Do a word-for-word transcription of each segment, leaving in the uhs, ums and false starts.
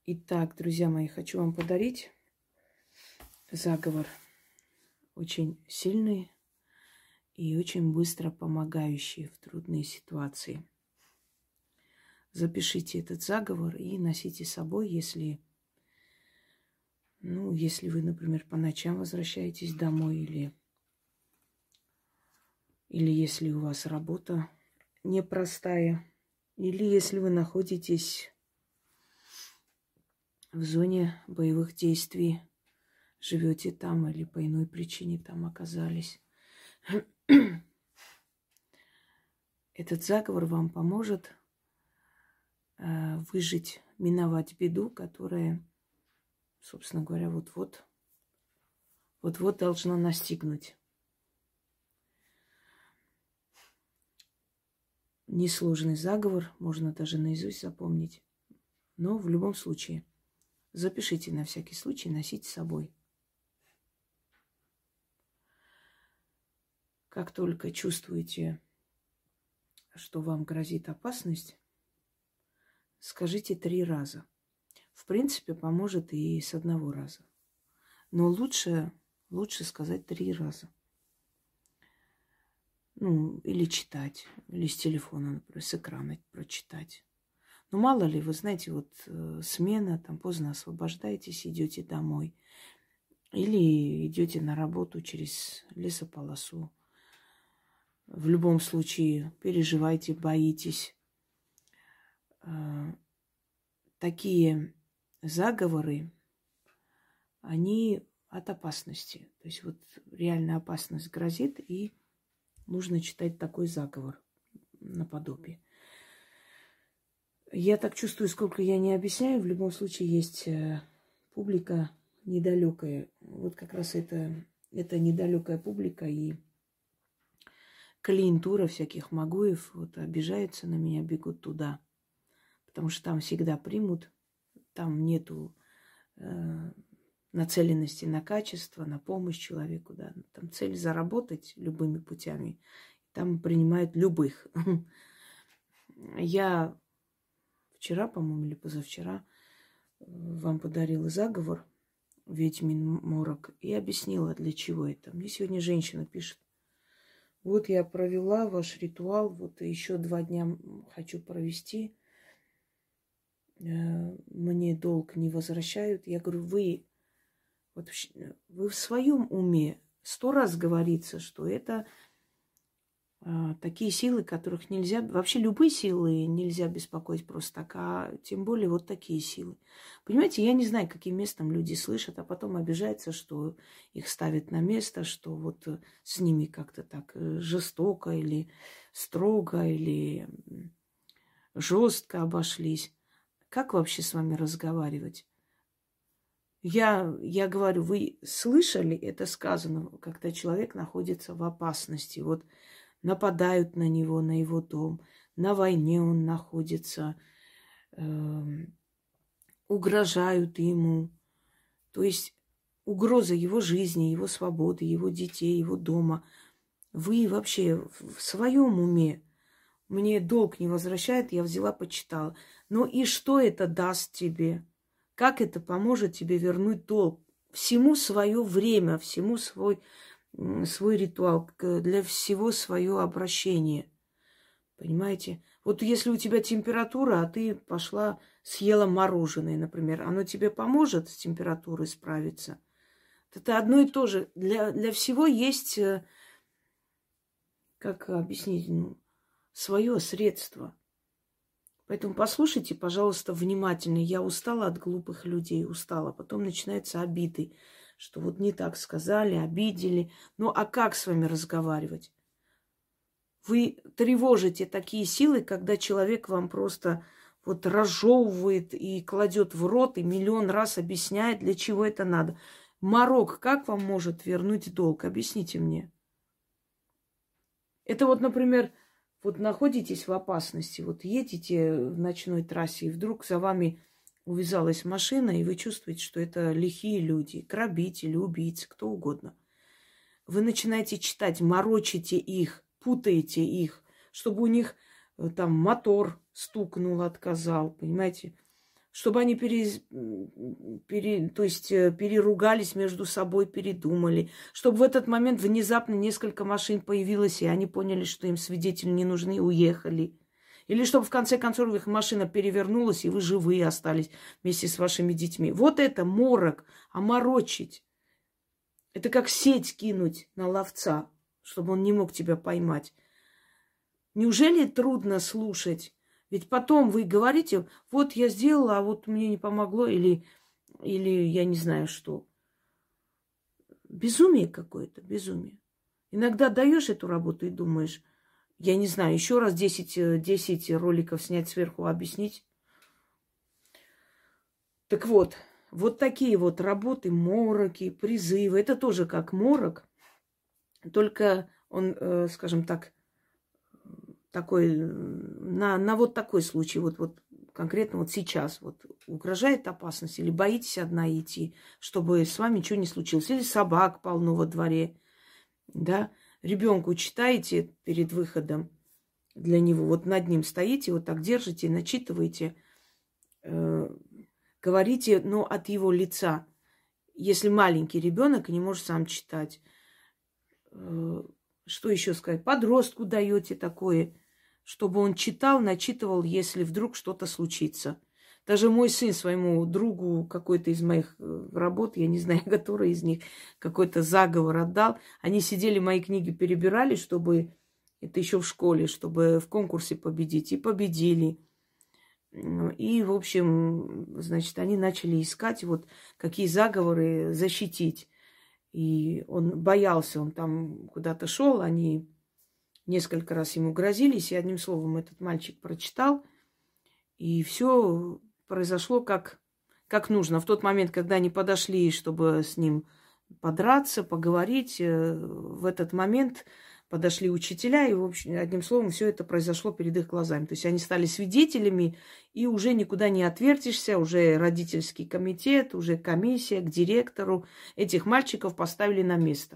Итак, друзья мои, хочу вам подарить заговор. Очень сильный и очень быстро помогающий в трудные ситуации. Запишите этот заговор и носите с собой, если, ну, если вы, например, по ночам возвращаетесь домой или, или если у вас работа непростая, или если вы находитесь в зоне боевых действий, живете там или по иной причине там оказались. Этот заговор вам поможет э, выжить, миновать беду, которая, собственно говоря, вот-вот, вот-вот должна настигнуть. Несложный заговор, можно даже наизусть запомнить. Но в любом случае, запишите на всякий случай, носите с собой. Как только чувствуете, что вам грозит опасность, скажите три раза. В принципе, поможет и с одного раза. Но лучше, лучше сказать три раза. Ну, или читать, или с телефона, например, с экрана прочитать. Ну, мало ли, вы знаете, вот э, смена, там поздно освобождаетесь, идете домой. Или идете на работу через лесополосу. В любом случае, переживайте, боитесь. Э, такие заговоры, они от опасности. То есть вот реальная опасность грозит, и нужно читать такой заговор наподобие. Я так чувствую, сколько я не объясняю, в любом случае есть публика недалекая. Вот как раз это, это недалекая публика и клиентура всяких магуев вот обижаются на меня, бегут туда. Потому что там всегда примут, там нету э, нацеленности на качество, на помощь человеку. Да. Там цель заработать любыми путями. Там принимают любых. Я вчера, по-моему, или позавчера вам подарила заговор «Ведьмин морок» и объяснила, для чего это. Мне сегодня женщина пишет: вот я провела ваш ритуал, вот еще два дня хочу провести. Мне долг не возвращают. Я говорю, вы, вот, вы в своем уме? Сто раз говорится, что это а, такие силы, которых нельзя... Вообще любые силы нельзя беспокоить просто так, а тем более вот такие силы. Понимаете, я не знаю, каким местом люди слышат, а потом обижаются, что их ставят на место, что вот с ними как-то так жестоко или строго, или жестко обошлись. Как вообще с вами разговаривать? Я, я говорю, вы слышали это сказано, когда человек находится в опасности? Вот нападают на него, на его дом, на войне он находится, э, угрожают ему. То есть угроза его жизни, его свободы, его детей, его дома. Вы вообще в своем уме? Мне долг не возвращает, я взяла, почитала. Ну и что это даст тебе? Как это поможет тебе вернуть долг? Всему свое время, всему свой, свой ритуал, для всего свое обращение. Понимаете? Вот если у тебя температура, а ты пошла, съела мороженое, например, оно тебе поможет с температурой справиться? Это одно и то же. Для, для всего есть, как объяснить, ну, свое средство. Поэтому послушайте, пожалуйста, внимательно. Я устала от глупых людей, устала. Потом начинаются обиды, что вот не так сказали, обидели. Ну, а как с вами разговаривать? Вы тревожите такие силы, когда человек вам просто вот разжевывает и кладет в рот, и миллион раз объясняет, для чего это надо. Морок как вам может вернуть долг? Объясните мне. Это вот, например... Вот находитесь в опасности, вот едете в ночной трассе, и вдруг за вами увязалась машина, и вы чувствуете, что это лихие люди, грабители, убийцы, кто угодно. Вы начинаете читать, морочите их, путаете их, чтобы у них там мотор стукнул, отказал, понимаете? чтобы они пере, пере, то есть, переругались между собой, передумали, чтобы в этот момент внезапно несколько машин появилось, и они поняли, что им свидетели не нужны, и уехали. Или чтобы в конце концов их машина перевернулась, и вы живые остались вместе с вашими детьми. Вот это морок, оморочить. Это как сеть кинуть на ловца, чтобы он не мог тебя поймать. Неужели трудно слушать? Ведь потом вы говорите, вот я сделала, а вот мне не помогло, или, или я не знаю что. Безумие какое-то, безумие. Иногда даешь эту работу и думаешь, я не знаю, еще раз десять, десять роликов снять сверху, объяснить. Так вот, вот такие вот работы, мороки, призывы. Это тоже как морок, только он, э, скажем так, такой, на, на вот такой случай, вот, вот конкретно вот сейчас, вот угрожает опасность, или боитесь одна идти, чтобы с вами ничего не случилось, или собак полно во дворе, да, ребенку читаете перед выходом для него, вот над ним стоите, вот так держите, начитываете, э, говорите, но от его лица. Если маленький ребенок не может сам читать, э, что еще сказать? Подростку даете такое, чтобы он читал, начитывал, если вдруг что-то случится. Даже мой сын своему другу какой-то из моих работ, я не знаю, который из них, какой-то заговор отдал. Они сидели, мои книги перебирали, чтобы, это еще в школе, чтобы в конкурсе победить. И победили. И, в общем, значит, они начали искать, вот, какие заговоры защитить. И он боялся, он там куда-то шел, они несколько раз ему грозились, и одним словом этот мальчик прочитал, и все произошло как, как нужно. В тот момент, когда они подошли, чтобы с ним подраться, поговорить, в этот момент подошли учителя, и, в общем, одним словом, все это произошло перед их глазами. То есть они стали свидетелями, и уже никуда не отвертишься, уже родительский комитет, уже комиссия к директору этих мальчиков поставили на место.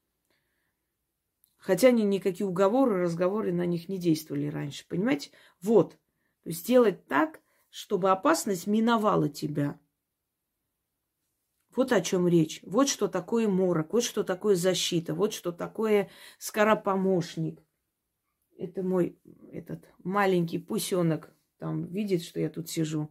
Хотя они никакие уговоры, разговоры на них не действовали раньше. Понимаете? Вот. То есть сделать так, чтобы опасность миновала тебя. Вот о чем речь. Вот что такое морок, вот что такое защита, вот что такое скоропомощник. Это мой этот маленький пусенок там видит, что я тут сижу.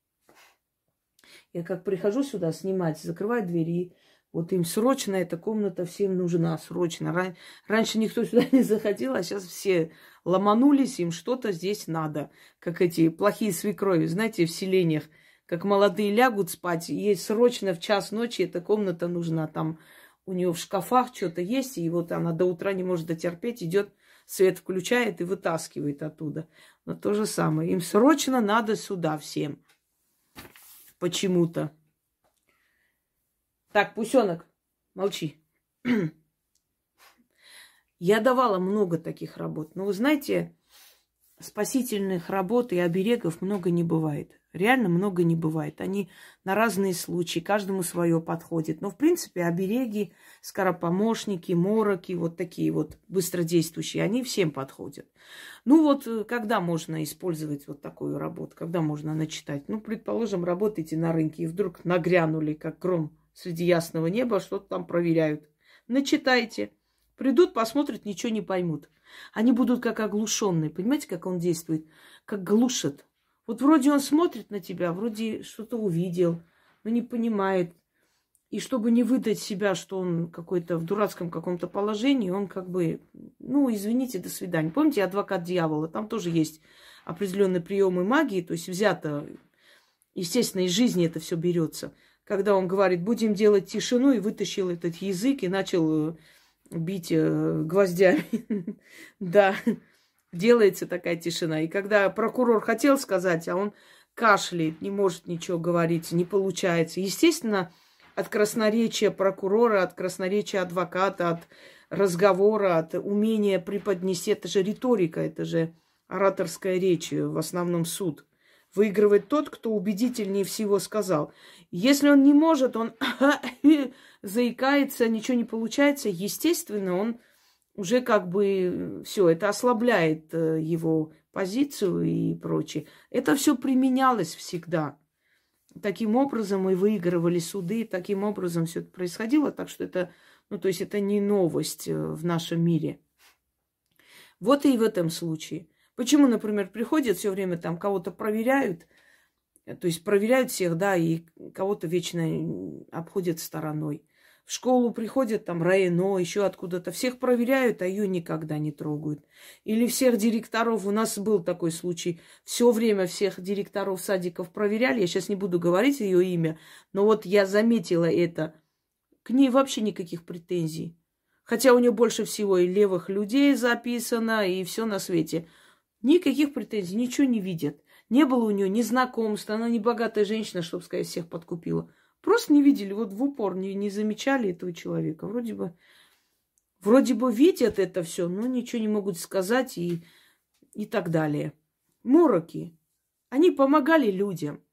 Я как прихожу сюда снимать, закрываю двери. Вот им срочно эта комната всем нужна, срочно. Раньше никто сюда не заходил, а сейчас все ломанулись, им что-то здесь надо. Как эти плохие свекрови, знаете, в селениях. Как молодые лягут спать, ей срочно в час ночи эта комната нужна. Там у нее в шкафах что-то есть, и вот она до утра не может дотерпеть, идет, свет включает и вытаскивает оттуда. Но то же самое. Им срочно надо сюда всем. Почему-то. Так, пусенок, молчи. Я давала много таких работ. Но вы знаете, спасительных работ и оберегов много не бывает. Реально много не бывает. Они на разные случаи, каждому свое подходит. Но, в принципе, обереги, скоропомощники, мороки, вот такие вот быстродействующие, они всем подходят. Ну вот, когда можно использовать вот такую работу? Когда можно начитать? Ну, предположим, работаете на рынке, и вдруг нагрянули, как гром среди ясного неба, что-то там проверяют. Начитайте. Придут, посмотрят, ничего не поймут. Они будут как оглушенные. Понимаете, как он действует? Как глушит. Вот вроде он смотрит на тебя, вроде что-то увидел, но не понимает. И чтобы не выдать себя, что он какой-то в дурацком каком-то положении, он как бы, ну, извините, до свидания. Помните «Адвокат дьявола»? Там тоже есть определенные приемы магии, то есть взято, естественно, из жизни это все берется. Когда он говорит, будем делать тишину, и вытащил этот язык и начал бить гвоздями. Да. Делается такая тишина. И когда прокурор хотел сказать, а он кашляет, не может ничего говорить, не получается. Естественно, от красноречия прокурора, от красноречия адвоката, от разговора, от умения преподнести, это же риторика, это же ораторская речь, в основном суд. Выигрывает тот, кто убедительнее всего сказал. Если он не может, он заикается, ничего не получается, естественно, он уже как бы все, это ослабляет его позицию и прочее. Это все применялось всегда. таким образом и выигрывали суды, таким образом все это происходило. Так что это, ну, то есть это не новость в нашем мире. Вот и в этом случае. Почему, например, приходят все время там кого-то проверяют, то есть проверяют всех, да, и кого-то вечно обходят стороной. В школу приходят там районо, еще откуда-то. Всех проверяют, а ее никогда не трогают. Или всех директоров. У нас был такой случай. Все время всех директоров садиков проверяли. Я сейчас не буду говорить ее имя. Но вот я заметила это. К ней вообще никаких претензий. Хотя у нее больше всего и левых людей записано, и все на свете. Никаких претензий, ничего не видят. Не было у нее ни знакомства, она не богатая женщина, чтобы сказать, всех подкупила. Просто не видели, вот в упор не, не замечали этого человека. Вроде бы, вроде бы видят это все, но ничего не могут сказать и, и так далее. Мороки. Они помогали людям.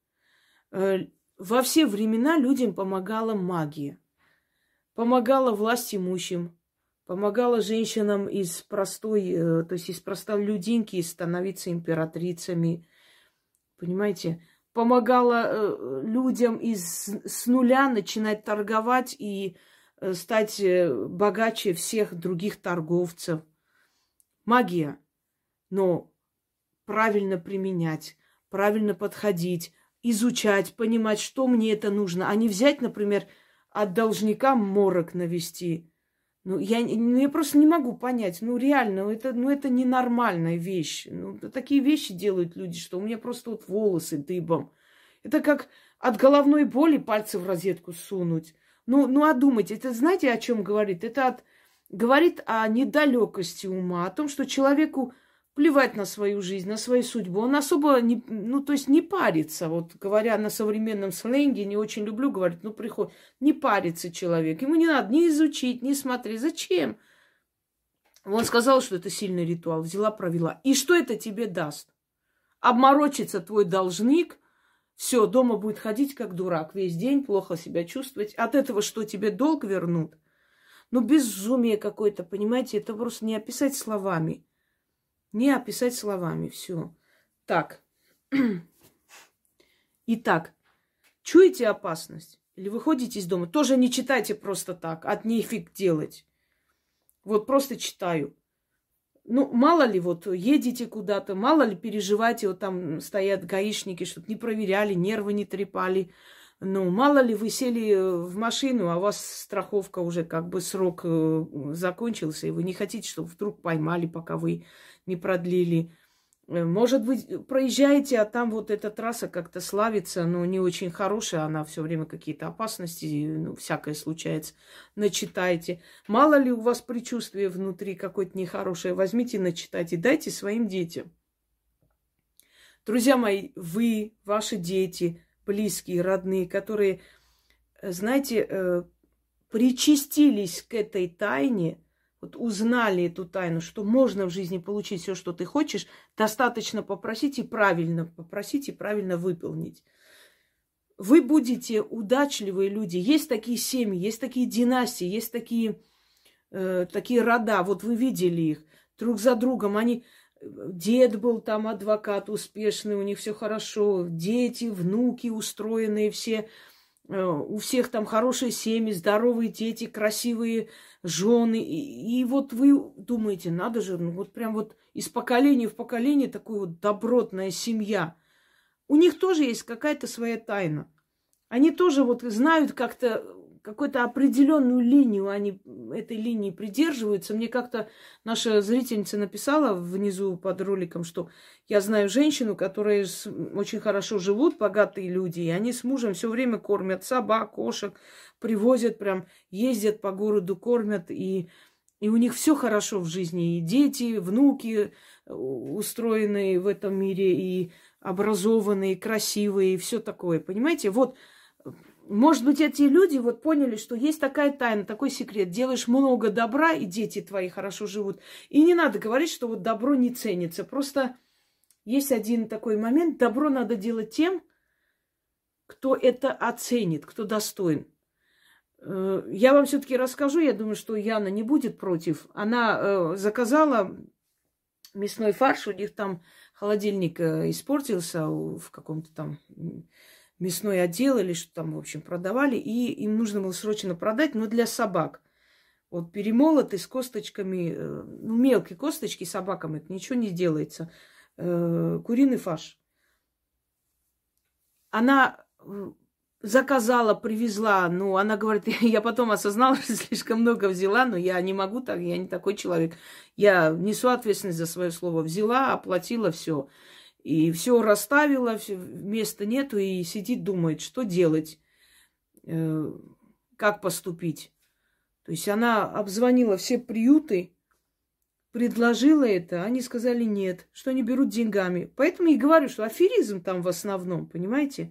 Во все времена людям помогала магия. Помогала власть имущим. Помогала женщинам из простой, то есть из простолюдинки становиться императрицами. Понимаете? Помогала э, людям из, с нуля начинать торговать и э, стать э, богаче всех других торговцев. Магия. Но правильно применять, правильно подходить, изучать, понимать, что мне это нужно. А не взять, например, от должника морок навести. Ну, я, ну, я просто не могу понять. Ну, реально, это, ну, это ненормальная вещь. Ну, такие вещи делают люди, что у меня просто вот волосы дыбом. Это как от головной боли пальцы в розетку сунуть. Ну, ну, а думать, это знаете, о чем говорит? Это от, говорит о недалекости ума, о том, что человеку плевать на свою жизнь, на свою судьбу. Он особо, не, ну, то есть не парится. Вот говоря на современном сленге, не очень люблю говорить, ну, приходит, не парится человек. Ему не надо ни изучить, ни смотреть. Зачем? Он сказал, что это сильный ритуал. Взяла, провела. И что это тебе даст? Обморочится твой должник. Все, дома будет ходить как дурак. Весь день плохо себя чувствовать. От этого что, тебе долг вернут? Ну, безумие какое-то, понимаете? Это просто не описать словами. Не описать словами. Все. Так. Итак, чуете опасность? Или выходите из дома? Тоже не читайте просто так. От нефиг делать. Вот просто читаю. Ну, мало ли, вот едете куда-то, мало ли переживаете, вот там стоят гаишники, чтобы не проверяли, нервы не трепали. Ну, мало ли вы сели в машину, а у вас страховка уже как бы срок закончился, и вы не хотите, чтобы вдруг поймали, пока вы не продлили. Может быть, проезжаете, а там вот эта трасса как-то славится, но не очень хорошая, она все время какие-то опасности, ну, всякое случается, начитайте. Мало ли у вас предчувствие внутри какое-то нехорошее, возьмите, начитайте, дайте своим детям. Друзья мои, вы, ваши дети, близкие, родные, которые, знаете, причастились к этой тайне, вот узнали эту тайну, что можно в жизни получить все, что ты хочешь, достаточно попросить и правильно попросить и правильно выполнить. Вы будете удачливые люди. Есть такие семьи, есть такие династии, есть такие, э, такие рода. Вот вы видели их друг за другом. Они, дед был там адвокат успешный, у них все хорошо, дети, внуки устроенные все. У всех там хорошие семьи, здоровые дети, красивые жены. И, и вот вы думаете, надо же, ну вот прям вот из поколения в поколение такая вот добротная семья. У них тоже есть какая-то своя тайна. Они тоже вот знают как-то какую-то определенную линию, они этой линии придерживаются. Мне как-то наша зрительница написала внизу под роликом, что я знаю женщину, которые очень хорошо живут, богатые люди, и они с мужем все время кормят собак, кошек, привозят прям, ездят по городу, кормят, и, и у них все хорошо в жизни. И дети, внуки устроенные в этом мире, и образованные, и красивые, и все такое. Понимаете? Вот. Может быть, эти люди вот поняли, что есть такая тайна, такой секрет. Делаешь много добра, и дети твои хорошо живут. И не надо говорить, что вот добро не ценится. Просто есть один такой момент. Добро надо делать тем, кто это оценит, кто достоин. Я вам все-таки расскажу. Я думаю, что Яна не будет против. Она заказала мясной фарш. У них там холодильник испортился в каком-то там мясной отдел или что там, в общем, продавали. И им нужно было срочно продать, но для собак. Вот перемолотый с косточками, ну, мелкие косточки собакам, это ничего не делается. Куриный фарш. Она заказала, привезла, ну, она говорит, я потом осознала, что слишком много взяла, но я не могу так, я не такой человек. Я несу ответственность за свое слово. Взяла, оплатила все. И все расставила, все, места нету, и сидит, думает, что делать, э, как поступить. То есть она обзвонила все приюты, предложила это, они сказали нет, что они берут деньгами. Поэтому и говорю, что аферизм там в основном, понимаете?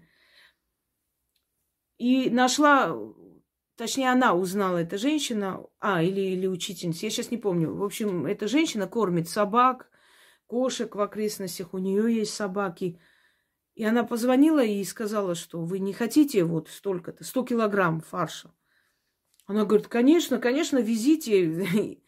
И нашла, точнее, она узнала, эта женщина, а, или, или учительница, я сейчас не помню. В общем, эта женщина кормит собак, кошек в окрестностях, у нее есть собаки. И она позвонила и сказала, что вы не хотите вот столько-то, сто килограмм фарша. Она говорит, конечно, конечно, везите.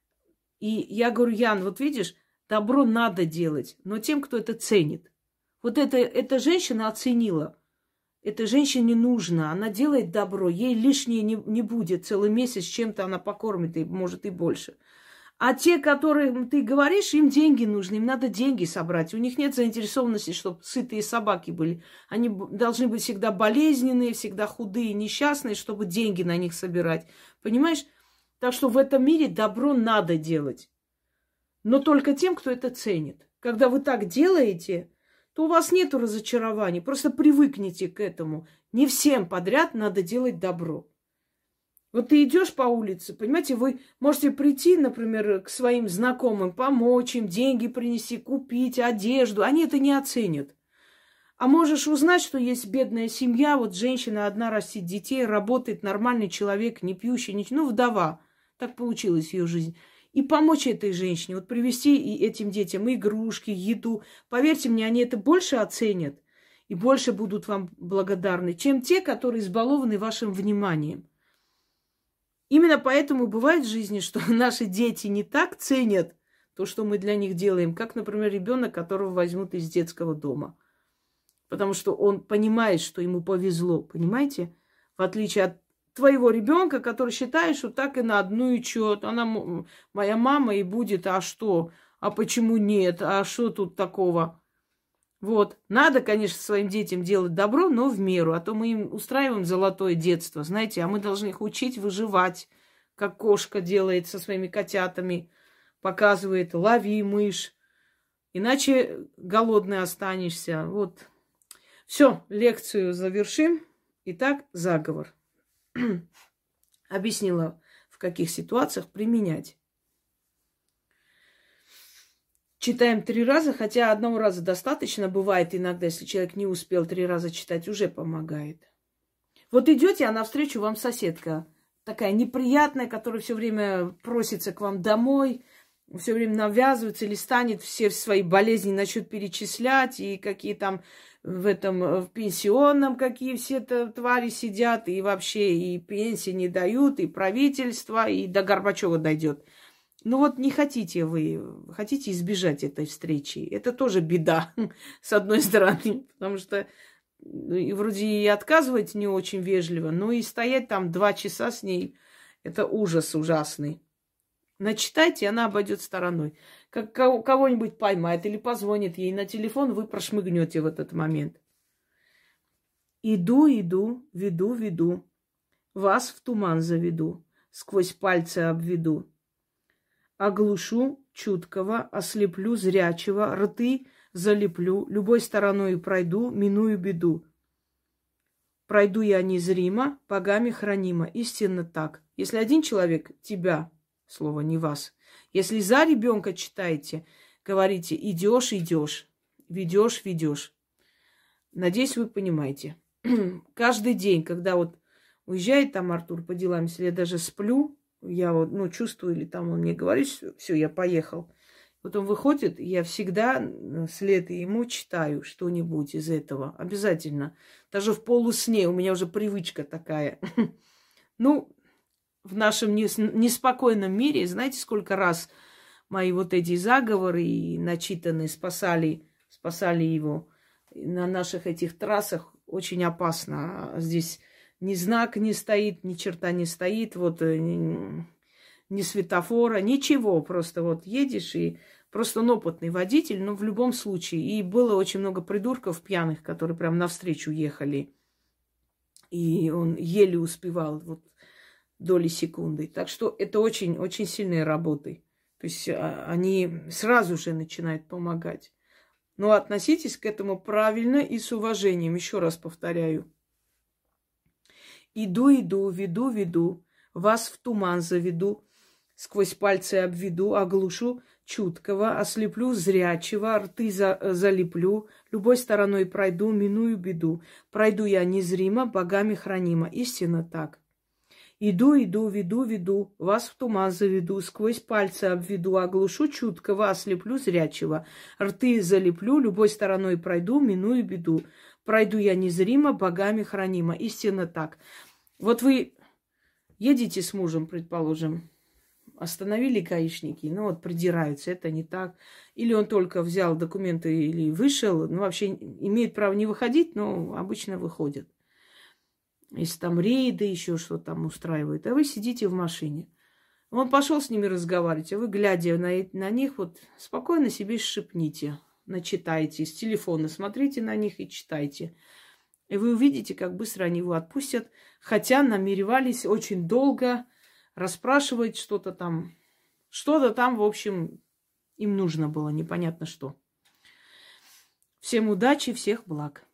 И я говорю, Ян, вот видишь, добро надо делать, но тем, кто это ценит. Вот это, эта женщина оценила. Этой женщине нужно, она делает добро, ей лишнее не, не будет. Целый месяц чем-то она покормит, и может и больше. А те, которым ты говоришь, им деньги нужны, им надо деньги собрать. У них нет заинтересованности, чтобы сытые собаки были. Они должны быть всегда болезненные, всегда худые, несчастные, чтобы деньги на них собирать. Понимаешь? Так что в этом мире добро надо делать. Но только тем, кто это ценит. Когда вы так делаете, то у вас нет разочарований. Просто привыкните к этому. Не всем подряд надо делать добро. Вот ты идешь по улице, понимаете, вы можете прийти, например, к своим знакомым, помочь им, деньги принести, купить одежду. Они это не оценят. А можешь узнать, что есть бедная семья, вот женщина одна растит детей, работает, нормальный человек, не пьющий, ничего, ну, вдова. Так получилась ее жизнь. И помочь этой женщине, вот привезти и этим детям игрушки, еду. Поверьте мне, они это больше оценят и больше будут вам благодарны, чем те, которые избалованы вашим вниманием. Именно поэтому бывает в жизни, что наши дети не так ценят то, что мы для них делаем, как, например, ребенок, которого возьмут из детского дома. Потому что он понимает, что ему повезло, понимаете? В отличие от твоего ребенка, который считает, что так и на одну и чет. Она моя мама и будет, а что? А почему нет? А что тут такого? Вот. Надо, конечно, своим детям делать добро, но в меру. А то мы им устраиваем золотое детство, знаете, а мы должны их учить выживать, как кошка делает со своими котятами, показывает, лови мышь. Иначе голодный останешься. Вот. Все, лекцию завершим. Итак, заговор. Объяснила, в каких ситуациях применять. Читаем три раза, хотя одного раза достаточно. Бывает иногда, если человек не успел три раза читать, уже помогает. Вот идете, а навстречу вам соседка. Такая неприятная, которая все время просится к вам домой, все время навязывается или станет все свои болезни начнут перечислять, и какие там в этом в пенсионном, какие все это твари сидят, и вообще и пенсии не дают, и правительство, и до Горбачева дойдет. Ну вот не хотите вы, хотите избежать этой встречи. Это тоже беда, с одной стороны, потому что и вроде и отказывать не очень вежливо, но и стоять там два часа с ней, это ужас ужасный. Начитайте, она обойдет стороной. Как кого-нибудь поймает или позвонит ей на телефон, вы прошмыгнете в этот момент. Иду, иду, веду, веду, вас в туман заведу, сквозь пальцы обведу. Оглушу чуткого, ослеплю зрячего, рты залеплю, любой стороной пройду, миную беду. Пройду я незримо, богами хранима. Истинно так. Если один человек тебя, слово не вас, если за ребенка читаете, говорите идешь, идешь, ведешь, ведешь. Надеюсь, вы понимаете. Каждый день, когда вот уезжает там Артур по делам, если я даже сплю, я вот, ну, чувствую, или там он мне говорит, все, я поехал. Вот он выходит, я всегда вслед ему читаю что-нибудь из этого. Обязательно. Даже в полусне. У меня уже привычка такая. Ну, в нашем неспокойном мире, знаете, сколько раз мои вот эти заговоры и начитанные спасали, спасали его на наших этих трассах. очень опасно. Здесь ни знак не стоит, ни черта не стоит, вот ни, ни светофора, ничего. Просто вот едешь и просто он опытный водитель, но в любом случае. И было очень много придурков пьяных, которые прям навстречу ехали. И он еле успевал вот доли секунды. Так что это очень-очень сильные работы. То есть они сразу же начинают помогать. Но относитесь к этому правильно и с уважением. Еще раз повторяю. Иду, иду, веду, веду, вас в туман заведу, сквозь пальцы обведу, оглушу чуткого, ослеплю зрячего, рты за, залеплю, любой стороной пройду, миную беду. Пройду я незримо, богами хранима. Истинно так. Иду, иду, веду, веду, вас в туман заведу, сквозь пальцы обведу, оглушу чуткого, ослеплю зрячего. Рты залеплю, любой стороной пройду, миную беду. Пройду я незримо, богами хранима. Истинно так. Вот вы едете с мужем, предположим, остановили гаишники, ну вот придираются, это не так. Или он только взял документы или вышел, ну вообще имеет право не выходить, но обычно выходит. Если там рейды, еще что-то там устраивают, а вы сидите в машине. Он пошел с ними разговаривать, а вы, глядя на, на них, вот спокойно себе шепните, начитайте с телефона, смотрите на них и читайте. И вы увидите, как быстро они его отпустят, хотя намеревались очень долго расспрашивать что-то там. Что-то там, в общем, им нужно было, непонятно что. Всем удачи, всех благ.